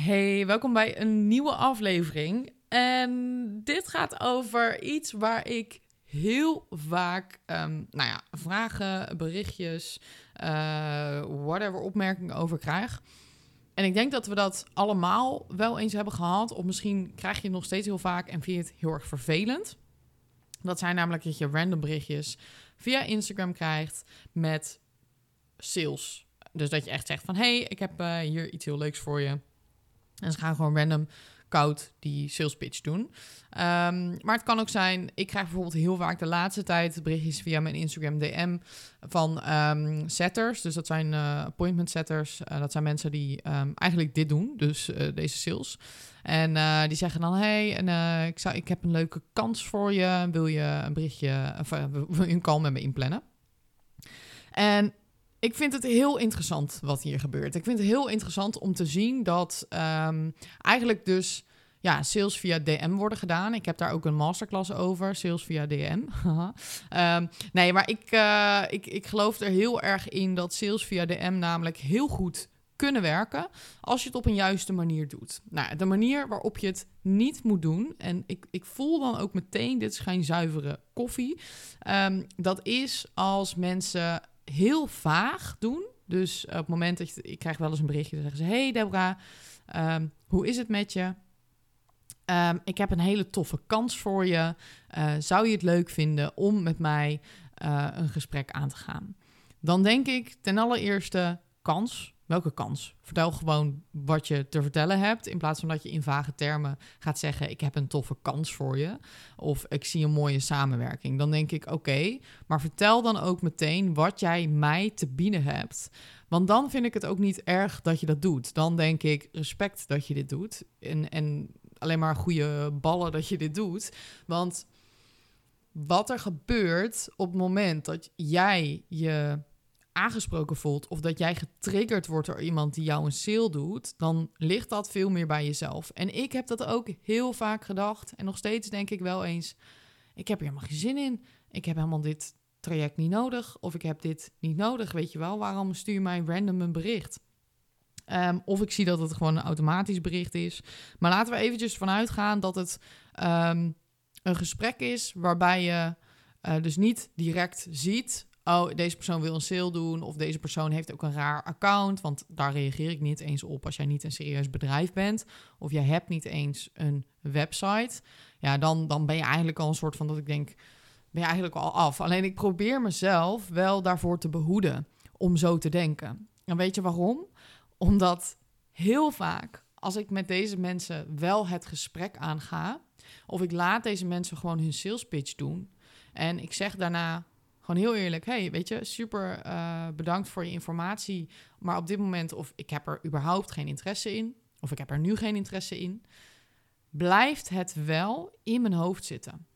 Hey, welkom bij een nieuwe aflevering. En dit gaat over iets waar ik heel vaak vragen, berichtjes, whatever, opmerkingen over krijg. En ik denk dat we dat allemaal wel eens hebben gehad. Of misschien krijg je het nog steeds heel vaak en vind je het heel erg vervelend. Dat zijn namelijk dat je random berichtjes via Instagram krijgt met sales. Dus dat je echt zegt van, hey, ik heb hier iets heel leuks voor je. En ze gaan gewoon random koud die sales pitch doen. Maar het kan ook zijn, ik krijg bijvoorbeeld heel vaak de laatste tijd berichtjes via mijn Instagram DM van setters. Dus dat zijn appointment setters. Dat zijn mensen die eigenlijk dit doen, dus deze sales. En die zeggen dan, hey, ik heb een leuke kans voor je. Wil je een berichtje, wil je een call met me inplannen? En ik vind het heel interessant wat hier gebeurt. Ik vind het heel interessant om te zien dat eigenlijk dus sales via DM worden gedaan. Ik heb daar ook een masterclass over, sales via DM. Nee, maar ik geloof er heel erg in dat sales via DM namelijk heel goed kunnen werken als je het op een juiste manier doet. Nou, de manier waarop je het niet moet doen, en ik voel dan ook meteen, dit is geen zuivere koffie, dat is als mensen heel vaag doen. Dus op het moment dat ik krijg wel eens een berichtje, dan zeggen ze, hey Deborah, hoe is het met je? Ik heb een hele toffe kans voor je. Zou je het leuk vinden om met mij een gesprek aan te gaan? Dan denk ik ten allereerste kans. Welke kans? Vertel gewoon wat je te vertellen hebt, in plaats van dat je in vage termen gaat zeggen, ik heb een toffe kans voor je, of ik zie een mooie samenwerking. Dan denk ik, oké, maar vertel dan ook meteen wat jij mij te bieden hebt. Want dan vind ik het ook niet erg dat je dat doet. Dan denk ik, respect dat je dit doet. En alleen maar goede ballen dat je dit doet. Want wat er gebeurt op het moment dat jij je aangesproken voelt of dat jij getriggerd wordt door iemand die jou een sale doet, dan ligt dat veel meer bij jezelf. En ik heb dat ook heel vaak gedacht en nog steeds denk ik wel eens, ik heb hier helemaal geen zin in. Ik heb helemaal dit traject niet nodig of ik heb dit niet nodig, weet je wel. Waarom stuur je mij random een bericht? Of ik zie dat het gewoon een automatisch bericht is. Maar laten we eventjes vanuit gaan dat het een gesprek is waarbij je dus niet direct ziet, oh, deze persoon wil een sale doen, of deze persoon heeft ook een raar account, want daar reageer ik niet eens op als jij niet een serieus bedrijf bent, of jij hebt niet eens een website. Ja, dan ben je eigenlijk al een soort van, dat ik denk, ben je eigenlijk al af. Alleen ik probeer mezelf wel daarvoor te behoeden om zo te denken. En weet je waarom? Omdat heel vaak, als ik met deze mensen wel het gesprek aanga, of ik laat deze mensen gewoon hun sales pitch doen, en ik zeg daarna gewoon heel eerlijk, hey, weet je, super bedankt voor je informatie, maar op dit moment, of ik heb er überhaupt geen interesse in, of ik heb er nu geen interesse in, blijft het wel in mijn hoofd zitten.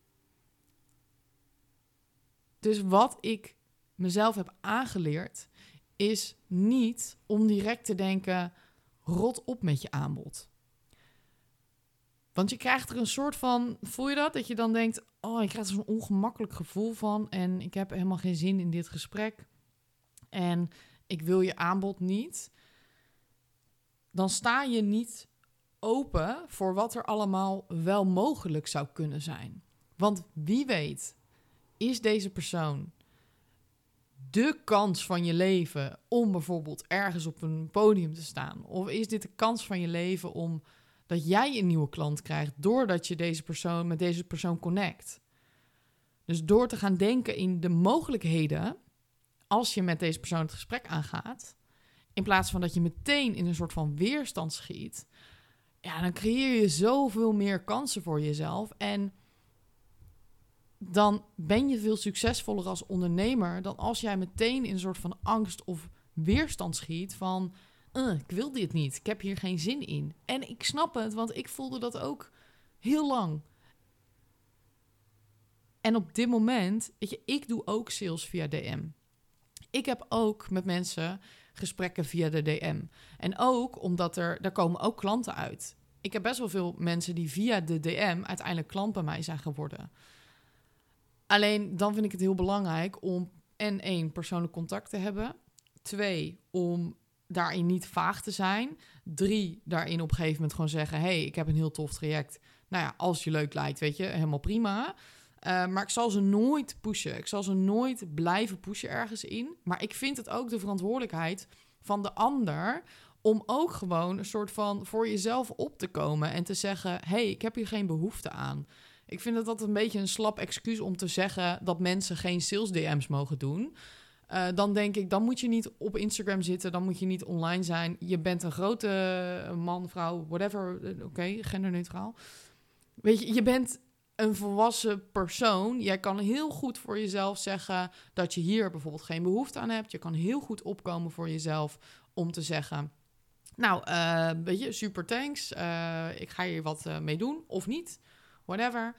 Dus wat ik mezelf heb aangeleerd, is niet om direct te denken, rot op met je aanbod. Want je krijgt er een soort van, voel je dat? Dat je dan denkt, oh, ik krijg er zo'n ongemakkelijk gevoel van en ik heb helemaal geen zin in dit gesprek en ik wil je aanbod niet. Dan sta je niet open voor wat er allemaal wel mogelijk zou kunnen zijn. Want wie weet, is deze persoon de kans van je leven om bijvoorbeeld ergens op een podium te staan? Of is dit de kans van je leven om dat jij een nieuwe klant krijgt doordat je met deze persoon connect? Dus door te gaan denken in de mogelijkheden als je met deze persoon het gesprek aangaat, in plaats van dat je meteen in een soort van weerstand schiet, ja, dan creëer je zoveel meer kansen voor jezelf. En dan ben je veel succesvoller als ondernemer dan als jij meteen in een soort van angst of weerstand schiet van, ik wil dit niet, ik heb hier geen zin in. En ik snap het, want ik voelde dat ook heel lang. En op dit moment, weet je, ik doe ook sales via DM. Ik heb ook met mensen gesprekken via de DM. En ook omdat daar komen ook klanten uit. Ik heb best wel veel mensen die via de DM uiteindelijk klant bij mij zijn geworden. Alleen dan vind ik het heel belangrijk om 1, persoonlijk contact te hebben. 2, om daarin niet vaag te zijn. 3, daarin op een gegeven moment gewoon zeggen... hey, ik heb een heel tof traject. Nou ja, als je leuk lijkt, weet je, helemaal prima. Maar ik zal ze nooit pushen. Ik zal ze nooit blijven pushen ergens in. Maar ik vind het ook de verantwoordelijkheid van de ander... om ook gewoon een soort van voor jezelf op te komen... en te zeggen, hey, ik heb hier geen behoefte aan. Ik vind dat een beetje een slap excuus om te zeggen... dat mensen geen sales DM's mogen doen... Dan denk ik, dan moet je niet op Instagram zitten... dan moet je niet online zijn. Je bent een grote man, vrouw, whatever. Oké, genderneutraal. Weet je, je bent een volwassen persoon. Jij kan heel goed voor jezelf zeggen... dat je hier bijvoorbeeld geen behoefte aan hebt. Je kan heel goed opkomen voor jezelf om te zeggen... nou, weet je, super thanks. Ik ga hier wat mee doen, of niet. Whatever.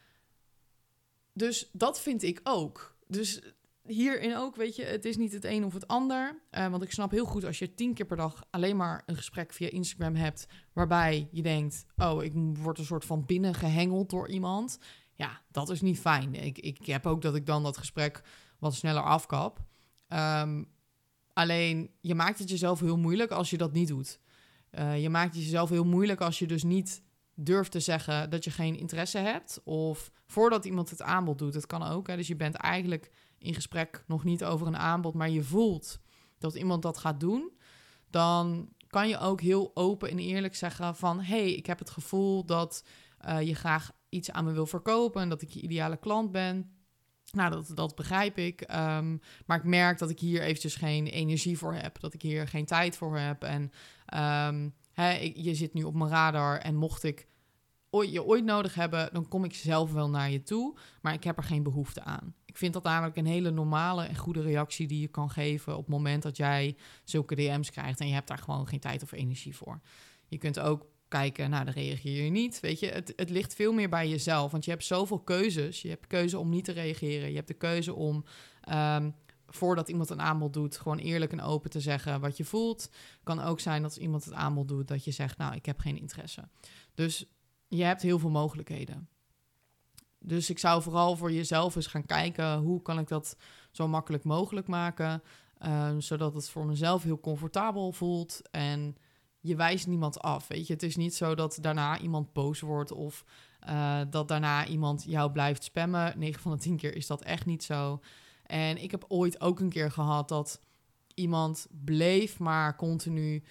Dus dat vind ik ook. Dus... hierin ook, weet je, het is niet het een of het ander. Want ik snap heel goed als je 10 keer per dag alleen maar een gesprek via Instagram hebt... waarbij je denkt, oh, ik word een soort van binnengehengeld door iemand. Ja, dat is niet fijn. Ik heb ook dat ik dan dat gesprek wat sneller afkap. Alleen, je maakt het jezelf heel moeilijk als je dat niet doet. Je maakt het jezelf heel moeilijk als je dus niet... durft te zeggen dat je geen interesse hebt... of voordat iemand het aanbod doet, dat kan ook. Hè? Dus je bent eigenlijk in gesprek nog niet over een aanbod... maar je voelt dat iemand dat gaat doen... dan kan je ook heel open en eerlijk zeggen van... hey, ik heb het gevoel dat je graag iets aan me wil verkopen... en dat ik je ideale klant ben... Nou, dat begrijp ik. Maar ik merk dat ik hier eventjes geen energie voor heb. Dat ik hier geen tijd voor heb. En je zit nu op mijn radar. En mocht ik je ooit nodig hebben, dan kom ik zelf wel naar je toe. Maar ik heb er geen behoefte aan. Ik vind dat namelijk een hele normale en goede reactie die je kan geven... op het moment dat jij zulke DM's krijgt... en je hebt daar gewoon geen tijd of energie voor. Je kunt ook kijken, nou, dan reageer je niet. Weet je, het ligt veel meer bij jezelf. Want je hebt zoveel keuzes. Je hebt keuze om niet te reageren. Je hebt de keuze om, voordat iemand een aanbod doet... gewoon eerlijk en open te zeggen wat je voelt. Het kan ook zijn dat als iemand het aanbod doet... dat je zegt, nou, ik heb geen interesse. Dus je hebt heel veel mogelijkheden. Dus ik zou vooral voor jezelf eens gaan kijken... hoe kan ik dat zo makkelijk mogelijk maken... zodat het voor mezelf heel comfortabel voelt... en je wijst niemand af, weet je. Het is niet zo dat daarna iemand boos wordt... of dat daarna iemand jou blijft spammen. 9 van de 10 keer is dat echt niet zo. En ik heb ooit ook een keer gehad dat iemand bleef maar continu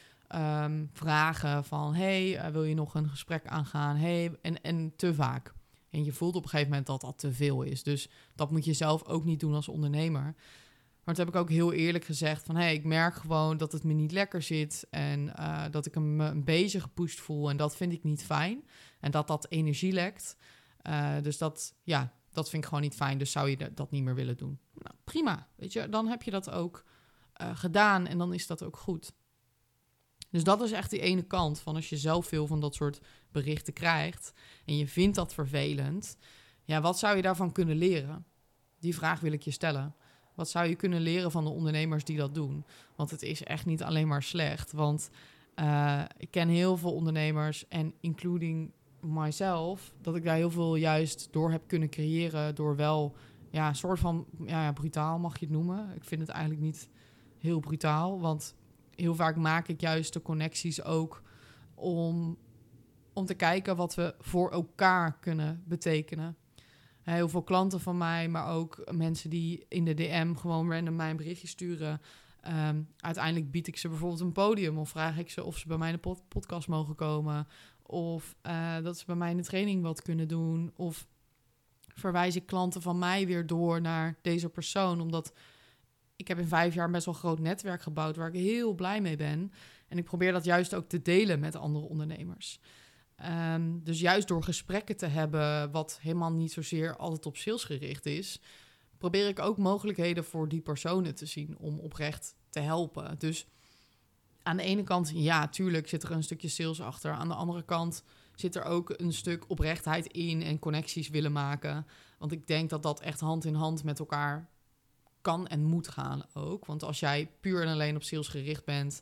vragen van... hey, wil je nog een gesprek aangaan? Hey, en te vaak. En je voelt op een gegeven moment dat dat te veel is. Dus dat moet je zelf ook niet doen als ondernemer... Maar toen heb ik ook heel eerlijk gezegd van... hey, ik merk gewoon dat het me niet lekker zit... en dat ik me een beetje gepusht voel... en dat vind ik niet fijn. En dat energie lekt. Dus dat vind ik gewoon niet fijn. Dus zou je dat niet meer willen doen? Nou, prima, weet je. Dan heb je dat ook gedaan en dan is dat ook goed. Dus dat is echt die ene kant van... als je zelf veel van dat soort berichten krijgt... en je vindt dat vervelend... ja, wat zou je daarvan kunnen leren? Die vraag wil ik je stellen... Wat zou je kunnen leren van de ondernemers die dat doen? Want het is echt niet alleen maar slecht. Want ik ken heel veel ondernemers en including myself... dat ik daar heel veel juist door heb kunnen creëren... door wel een soort van brutaal mag je het noemen. Ik vind het eigenlijk niet heel brutaal. Want heel vaak maak ik juist de connecties ook... om te kijken wat we voor elkaar kunnen betekenen... Heel veel klanten van mij, maar ook mensen die in de DM gewoon random mij een berichtje sturen. Uiteindelijk bied ik ze bijvoorbeeld een podium of vraag ik ze of ze bij mij in de podcast mogen komen. Of dat ze bij mij in de training wat kunnen doen. Of verwijs ik klanten van mij weer door naar deze persoon. Omdat ik heb in 5 jaar best wel een groot netwerk gebouwd waar ik heel blij mee ben. En ik probeer dat juist ook te delen met andere ondernemers. Dus juist door gesprekken te hebben... wat helemaal niet zozeer altijd op sales gericht is... probeer ik ook mogelijkheden voor die personen te zien... om oprecht te helpen. Dus aan de ene kant, ja, tuurlijk zit er een stukje sales achter. Aan de andere kant zit er ook een stuk oprechtheid in... en connecties willen maken. Want ik denk dat dat echt hand in hand met elkaar kan en moet gaan ook. Want als jij puur en alleen op sales gericht bent...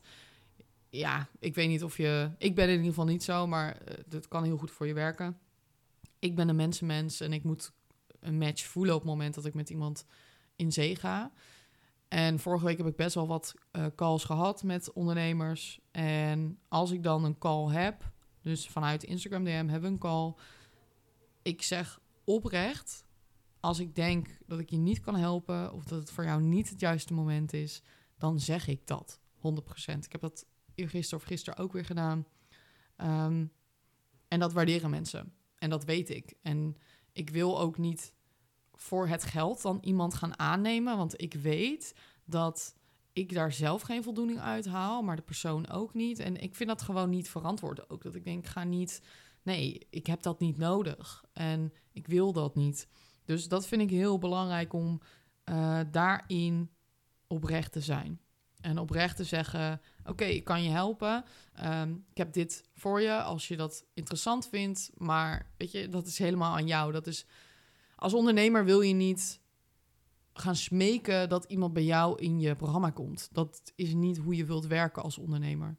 ja, ik weet niet of je... Ik ben in ieder geval niet zo, maar dat kan heel goed voor je werken. Ik ben een mensenmens en ik moet een match voelen... op het moment dat ik met iemand in zee ga. En vorige week heb ik best wel wat calls gehad met ondernemers. En als ik dan een call heb, dus vanuit Instagram DM hebben we een call. Ik zeg oprecht, als ik denk dat ik je niet kan helpen of dat het voor jou niet het juiste moment is, dan zeg ik dat 100%. Ik heb dat eergisteren of gisteren ook weer gedaan. En dat waarderen mensen. En dat weet ik. En ik wil ook niet voor het geld dan iemand gaan aannemen, want ik weet dat ik daar zelf geen voldoening uit haal, maar de persoon ook niet. En ik vind dat gewoon niet verantwoord ook. Dat ik denk, nee, ik heb dat niet nodig. En ik wil dat niet. Dus dat vind ik heel belangrijk om daarin oprecht te zijn. En oprecht te zeggen, oké, ik kan je helpen. Ik heb dit voor je als je dat interessant vindt. Maar weet je, dat is helemaal aan jou. Dat is, als ondernemer wil je niet gaan smeken dat iemand bij jou in je programma komt. Dat is niet hoe je wilt werken als ondernemer.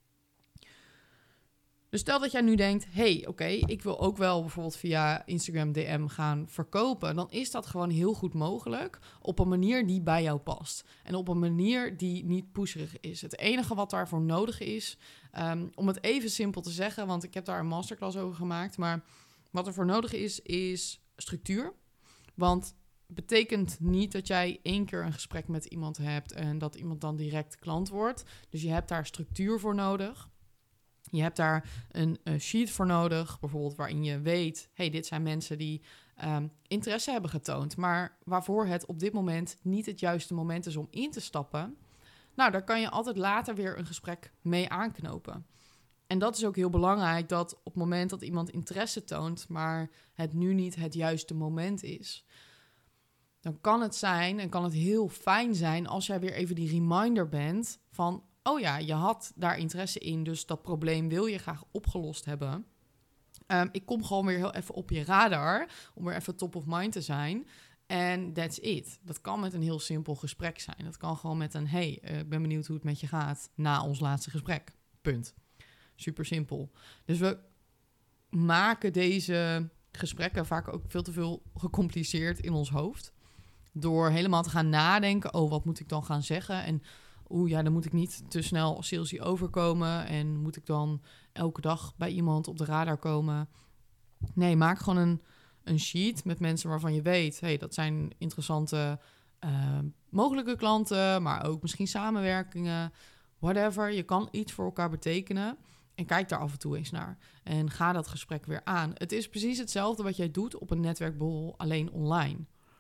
Dus stel dat jij nu denkt, oké, ik wil ook wel bijvoorbeeld via Instagram DM gaan verkopen. Dan is dat gewoon heel goed mogelijk op een manier die bij jou past. En op een manier die niet pusherig is. Het enige wat daarvoor nodig is, om het even simpel te zeggen, want ik heb daar een masterclass over gemaakt. Maar wat er voor nodig is structuur. Want het betekent niet dat jij 1 keer een gesprek met iemand hebt en dat iemand dan direct klant wordt. Dus je hebt daar structuur voor nodig. Je hebt daar een sheet voor nodig, bijvoorbeeld waarin je weet, dit zijn mensen die interesse hebben getoond, maar waarvoor het op dit moment niet het juiste moment is om in te stappen. Nou, daar kan je altijd later weer een gesprek mee aanknopen. En dat is ook heel belangrijk, dat op het moment dat iemand interesse toont, maar het nu niet het juiste moment is, dan kan het zijn en kan het heel fijn zijn als jij weer even die reminder bent van, oh ja, je had daar interesse in, dus dat probleem wil je graag opgelost hebben. Ik kom gewoon weer heel even op je radar, om weer even top of mind te zijn. En that's it. Dat kan met een heel simpel gesprek zijn. Dat kan gewoon met een, ik ben benieuwd hoe het met je gaat na ons laatste gesprek. Punt. Super simpel. Dus we maken deze gesprekken vaak ook veel te veel gecompliceerd in ons hoofd. Door helemaal te gaan nadenken, wat moet ik dan gaan zeggen? En dan moet ik niet te snel salesy overkomen. En moet ik dan elke dag bij iemand op de radar komen? Nee, maak gewoon een sheet met mensen waarvan je weet, dat zijn interessante mogelijke klanten, maar ook misschien samenwerkingen, whatever. Je kan iets voor elkaar betekenen en kijk daar af en toe eens naar. En ga dat gesprek weer aan. Het is precies hetzelfde wat jij doet op een netwerkborrel, alleen online.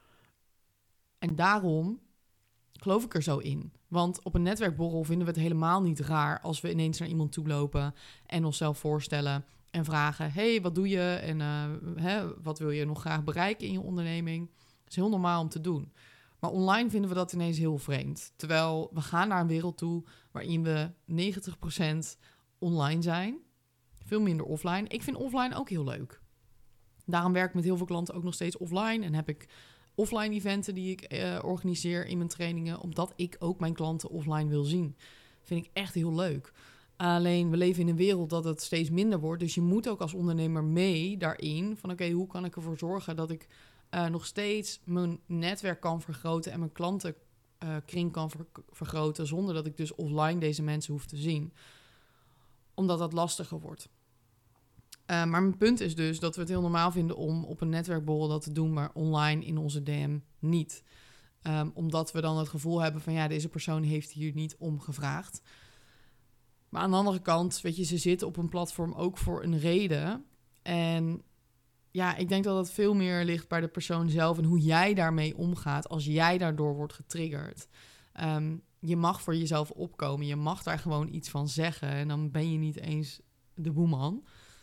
En daarom geloof ik er zo in. Want op een netwerkborrel vinden we het helemaal niet raar als we ineens naar iemand toe lopen en onszelf voorstellen en vragen, wat doe je en wat wil je nog graag bereiken in je onderneming? Dat is heel normaal om te doen. Maar online vinden we dat ineens heel vreemd. Terwijl we gaan naar een wereld toe waarin we 90% online zijn. Veel minder offline. Ik vind offline ook heel leuk. Daarom werk ik met heel veel klanten ook nog steeds offline en heb ik offline eventen die ik organiseer in mijn trainingen, omdat ik ook mijn klanten offline wil zien. Vind ik echt heel leuk. Alleen, we leven in een wereld dat het steeds minder wordt. Dus je moet ook als ondernemer mee daarin van oké, hoe kan ik ervoor zorgen dat ik nog steeds mijn netwerk kan vergroten en mijn klantenkring kan vergroten, zonder dat ik dus offline deze mensen hoef te zien. Omdat dat lastiger wordt. Maar mijn punt is dus dat we het heel normaal vinden om op een netwerkborrel dat te doen, maar online in onze DM niet. Omdat we dan het gevoel hebben van deze persoon heeft hier niet om gevraagd. Maar aan de andere kant, weet je, ze zitten op een platform ook voor een reden. En ik denk dat het veel meer ligt bij de persoon zelf en hoe jij daarmee omgaat als jij daardoor wordt getriggerd. Je mag voor jezelf opkomen, je mag daar gewoon iets van zeggen en dan ben je niet eens de boeman.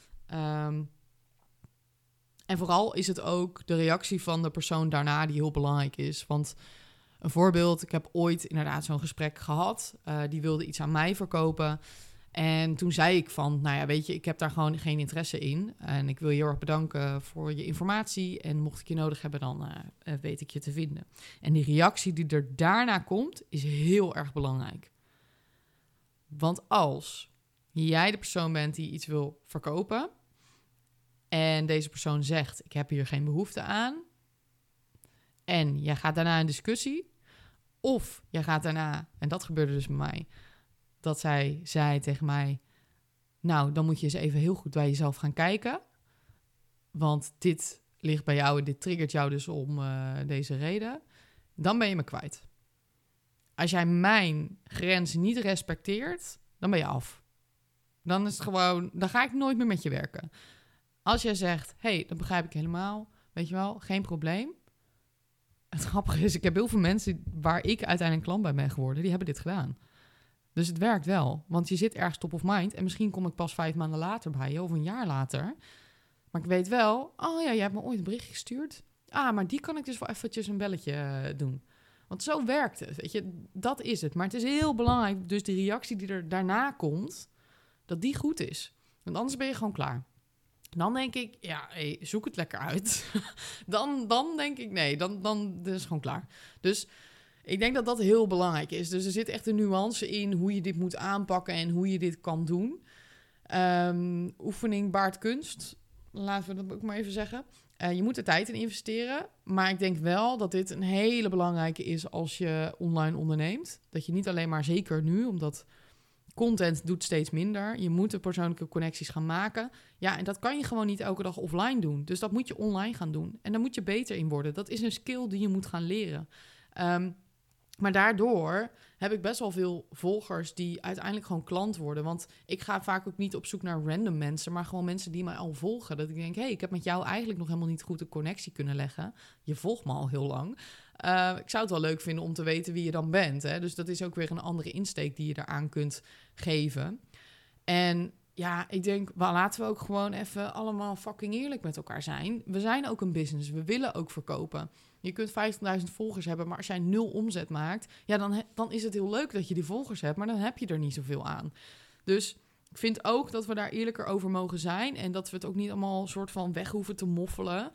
En vooral is het ook de reactie van de persoon daarna die heel belangrijk is. Want een voorbeeld, ik heb ooit inderdaad zo'n gesprek gehad. Die wilde iets aan mij verkopen. En toen zei ik van, weet je, ik heb daar gewoon geen interesse in. En ik wil je heel erg bedanken voor je informatie. En mocht ik je nodig hebben, dan weet ik je te vinden. En die reactie die er daarna komt, is heel erg belangrijk. Want als jij de persoon bent die iets wil verkopen en deze persoon zegt, ik heb hier geen behoefte aan, en jij gaat daarna in discussie, Of jij gaat daarna, en dat gebeurde dus bij mij, dat zij zei tegen mij, nou, dan moet je eens even heel goed bij jezelf gaan kijken. Want dit ligt bij jou en dit triggert jou dus om deze reden. Dan ben je me kwijt. Als jij mijn grens niet respecteert, dan ben je af. Dan is het gewoon, dan ga ik nooit meer met je werken. Als jij zegt, hey, dat begrijp ik helemaal, weet je wel, geen probleem. Het grappige is, ik heb heel veel mensen waar ik uiteindelijk klant bij ben geworden, die hebben dit gedaan. Dus het werkt wel, want je zit ergens top of mind en misschien kom ik pas 5 maanden later bij je of een jaar later. Maar ik weet wel, oh ja, jij hebt me ooit een berichtje gestuurd. Ah, maar die kan ik dus wel eventjes een belletje doen. Want zo werkt het, weet je, dat is het. Maar het is heel belangrijk, dus de reactie die er daarna komt, dat die goed is. Want anders ben je gewoon klaar. Dan denk ik, ja, hey, zoek het lekker uit. dan denk ik, nee, dan is het gewoon klaar. Dus ik denk dat dat heel belangrijk is. Dus er zit echt een nuance in hoe je dit moet aanpakken en hoe je dit kan doen. Oefening baart kunst. Laten we dat ook maar even zeggen. Je moet er tijd in investeren. Maar ik denk wel dat dit een hele belangrijke is als je online onderneemt. Dat je niet alleen maar, zeker nu, omdat content doet steeds minder. Je moet de persoonlijke connecties gaan maken. Ja, en dat kan je gewoon niet elke dag offline doen. Dus dat moet je online gaan doen. En daar moet je beter in worden. Dat is een skill die je moet gaan leren. Maar daardoor heb ik best wel veel volgers die uiteindelijk gewoon klant worden. Want ik ga vaak ook niet op zoek naar random mensen, maar gewoon mensen die mij al volgen. Dat ik denk, hey, ik heb met jou eigenlijk nog helemaal niet goed een connectie kunnen leggen. Je volgt me al heel lang. Ik zou het wel leuk vinden om te weten wie je dan bent. Hè? Dus dat is ook weer een andere insteek die je eraan kunt geven. En ja, ik denk, laten we ook gewoon even allemaal fucking eerlijk met elkaar zijn. We zijn ook een business, we willen ook verkopen. Je kunt 50.000 volgers hebben, maar als jij 0 omzet maakt, ja, dan is het heel leuk dat je die volgers hebt, maar dan heb je er niet zoveel aan. Dus ik vind ook dat we daar eerlijker over mogen zijn en dat we het ook niet allemaal soort van weg hoeven te moffelen.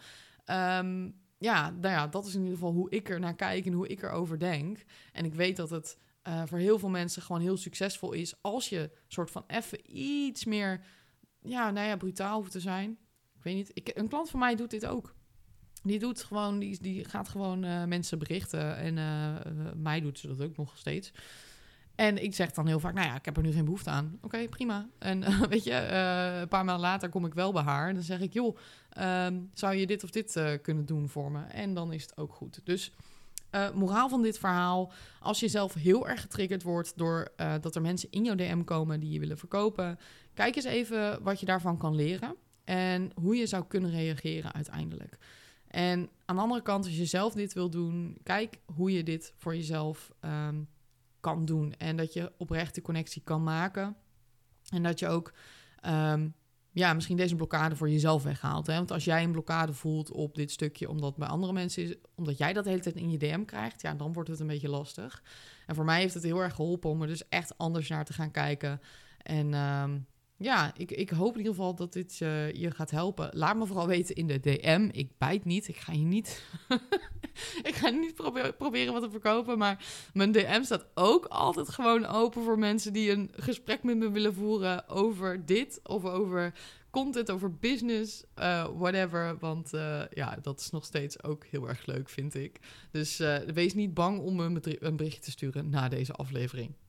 Ja, nou ja, dat is in ieder geval hoe ik er naar kijk en hoe ik erover denk. En ik weet dat het voor heel veel mensen gewoon heel succesvol is als je soort van even iets meer, ja, nou ja, brutaal hoeft te zijn. Ik weet niet, een klant van mij doet dit ook. Die doet gewoon, die gaat gewoon mensen berichten en mij doet ze dat ook nog steeds. En ik zeg dan heel vaak, nou ja, ik heb er nu geen behoefte aan. Oké, prima. En weet je, een paar maanden later kom ik wel bij haar. Dan zeg ik, joh, zou je dit of dit kunnen doen voor me? En dan is het ook goed. Dus moraal van dit verhaal, als je zelf heel erg getriggerd wordt door dat er mensen in jouw DM komen die je willen verkopen, kijk eens even wat je daarvan kan leren en hoe je zou kunnen reageren uiteindelijk. En aan de andere kant, als je zelf dit wil doen, kijk hoe je dit voor jezelf kan doen. En dat je oprecht de connectie kan maken. En dat je ook misschien deze blokkade voor jezelf weghaalt. Hè? Want als jij een blokkade voelt op dit stukje, omdat bij andere mensen is, omdat jij dat de hele tijd in je DM krijgt, ja, dan wordt het een beetje lastig. En voor mij heeft het heel erg geholpen om er dus echt anders naar te gaan kijken. En ik hoop in ieder geval dat dit je gaat helpen. Laat me vooral weten in de DM. Ik bijt niet. Ik ga je niet, ik ga niet proberen wat te verkopen. Maar mijn DM staat ook altijd gewoon open voor mensen die een gesprek met me willen voeren over dit of over content, over business, whatever. Want dat is nog steeds ook heel erg leuk, vind ik. Dus wees niet bang om me een berichtje te sturen na deze aflevering.